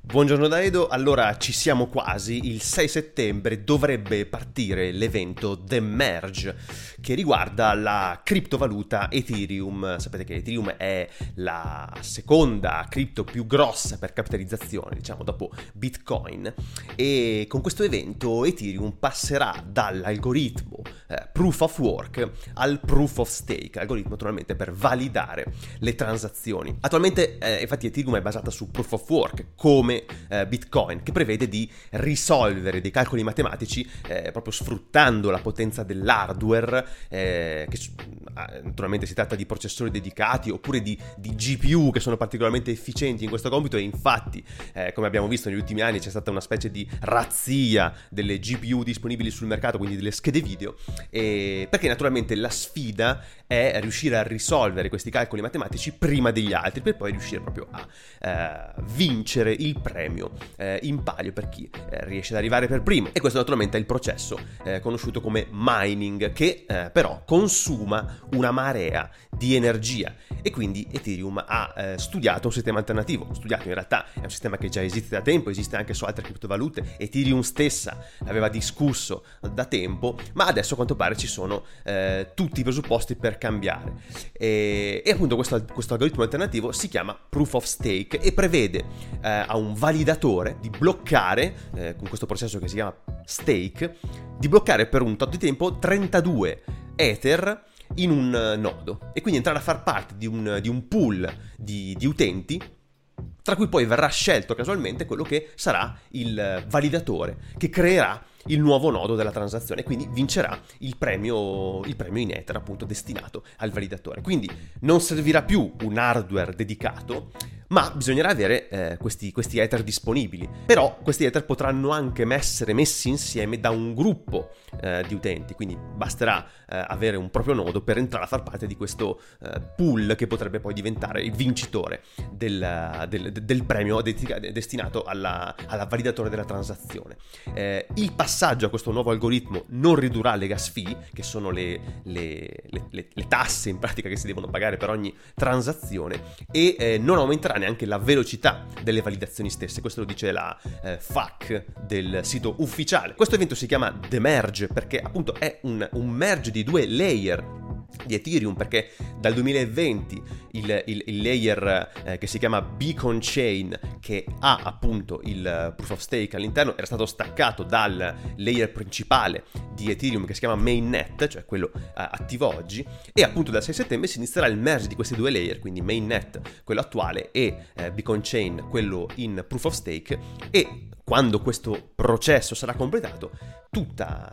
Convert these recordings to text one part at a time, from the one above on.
Buongiorno da Edo, allora ci siamo quasi, il 6 settembre dovrebbe partire l'evento The Merge che riguarda la criptovaluta Ethereum. Sapete che Ethereum è la seconda cripto più grossa per capitalizzazione, diciamo dopo Bitcoin, e con questo evento Ethereum passerà dall'algoritmo Proof of Work al Proof of Stake, algoritmo naturalmente per validare le transazioni. Attualmente infatti Ethereum è basata su Proof of Work come Bitcoin, che prevede di risolvere dei calcoli matematici proprio sfruttando la potenza dell'hardware, naturalmente si tratta di processori dedicati oppure di GPU che sono particolarmente efficienti in questo compito, e infatti come abbiamo visto negli ultimi anni c'è stata una specie di razzia delle GPU disponibili sul mercato, quindi delle schede video, perché naturalmente la sfida è riuscire a risolvere questi calcoli matematici prima degli altri per poi riuscire proprio a vincere il premio in palio per chi riesce ad arrivare per primo. E questo naturalmente è il processo conosciuto come mining, che però consuma una marea di energia, e quindi Ethereum ha studiato un sistema alternativo. Studiato, in realtà è un sistema che già esiste da tempo, esiste anche su altre criptovalute, Ethereum stessa l'aveva discusso da tempo, ma adesso a quanto pare ci sono tutti i presupposti per cambiare, e appunto questo algoritmo alternativo si chiama Proof of Stake e prevede a un validatore di bloccare con questo processo che si chiama stake, di bloccare per un tot di tempo 32 Ether in un nodo, e quindi entrare a far parte di un pool di utenti, tra cui poi verrà scelto casualmente quello che sarà il validatore che creerà il nuovo nodo della transazione, quindi vincerà il premio in Ether, appunto destinato al validatore. Quindi non servirà più un hardware dedicato, ma bisognerà avere questi Ether disponibili. Però questi Ether potranno anche essere messi insieme da un gruppo di utenti, quindi basterà avere un proprio nodo per entrare a far parte di questo pool che potrebbe poi diventare il vincitore del premio destinato alla validatore della transazione. Il passaggio a questo nuovo algoritmo non ridurrà le gas fee, che sono le tasse in pratica che si devono pagare per ogni transazione, e non aumenterà neanche la velocità delle validazioni stesse. Questo lo dice la FAQ del sito ufficiale. Questo evento si chiama The Merge perché appunto è un merge di due layer di Ethereum, perché dal 2020 il layer che si chiama Beacon Chain, che ha appunto il Proof of Stake all'interno, era stato staccato dal layer principale di Ethereum che si chiama Mainnet, cioè quello attivo oggi, e appunto dal 6 settembre si inizierà il merge di questi due layer, quindi Mainnet, quello attuale, e Beacon Chain, quello in Proof of Stake. E quando questo processo sarà completato, tutta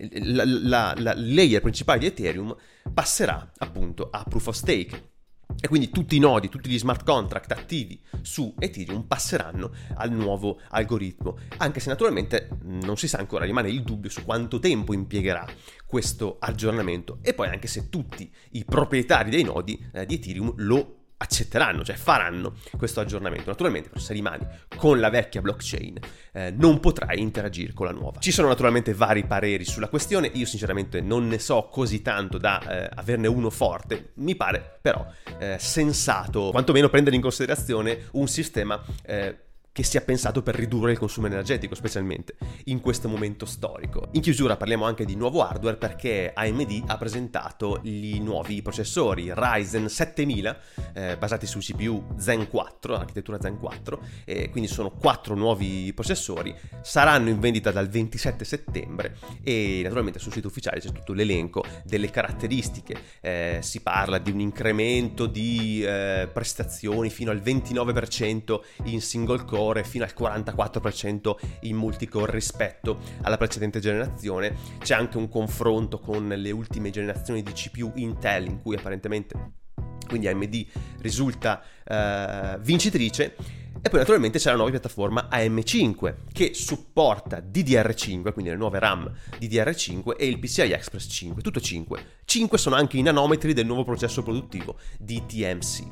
la layer principale di Ethereum passerà appunto a Proof of Stake, e quindi tutti i nodi, tutti gli smart contract attivi su Ethereum passeranno al nuovo algoritmo, anche se naturalmente non si sa ancora, rimane il dubbio su quanto tempo impiegherà questo aggiornamento, e poi anche se tutti i proprietari dei nodi di Ethereum lo accetteranno, cioè faranno questo aggiornamento. Naturalmente, se rimani con la vecchia blockchain non potrai interagire con la nuova. Ci sono naturalmente vari pareri sulla questione, io sinceramente non ne so così tanto da averne uno forte. Mi pare però sensato quantomeno prendere in considerazione un sistema che sia pensato per ridurre il consumo energetico, specialmente in questo momento storico. In chiusura parliamo anche di nuovo hardware, perché AMD ha presentato i nuovi processori Ryzen 7000 basati su CPU Zen 4, architettura Zen 4, e quindi sono 4 nuovi processori, saranno in vendita dal 27 settembre, e naturalmente sul sito ufficiale c'è tutto l'elenco delle caratteristiche. Si parla di un incremento di prestazioni fino al 29% in single core, fino al 44% in multicore rispetto alla precedente generazione. C'è anche un confronto con le ultime generazioni di CPU Intel, in cui apparentemente quindi AMD risulta vincitrice. E poi naturalmente c'è la nuova piattaforma AM5 che supporta DDR5, quindi le nuove RAM DDR5, e il PCI Express 5, tutto 5. 5 sono anche i nanometri del nuovo processo produttivo di TMC.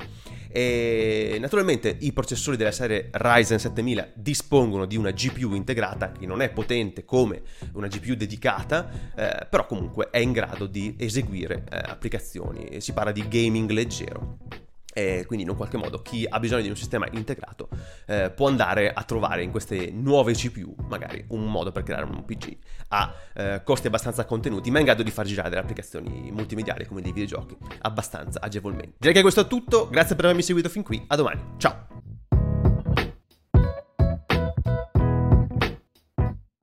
E naturalmente i processori della serie Ryzen 7000 dispongono di una GPU integrata che non è potente come una GPU dedicata, però comunque è in grado di eseguire applicazioni. Si parla di gaming leggero. E quindi in un qualche modo chi ha bisogno di un sistema integrato può andare a trovare in queste nuove CPU magari un modo per creare un PC a costi abbastanza contenuti, ma in grado di far girare delle applicazioni multimediali come dei videogiochi abbastanza agevolmente. Direi che questo è tutto, grazie per avermi seguito fin qui, a domani, ciao!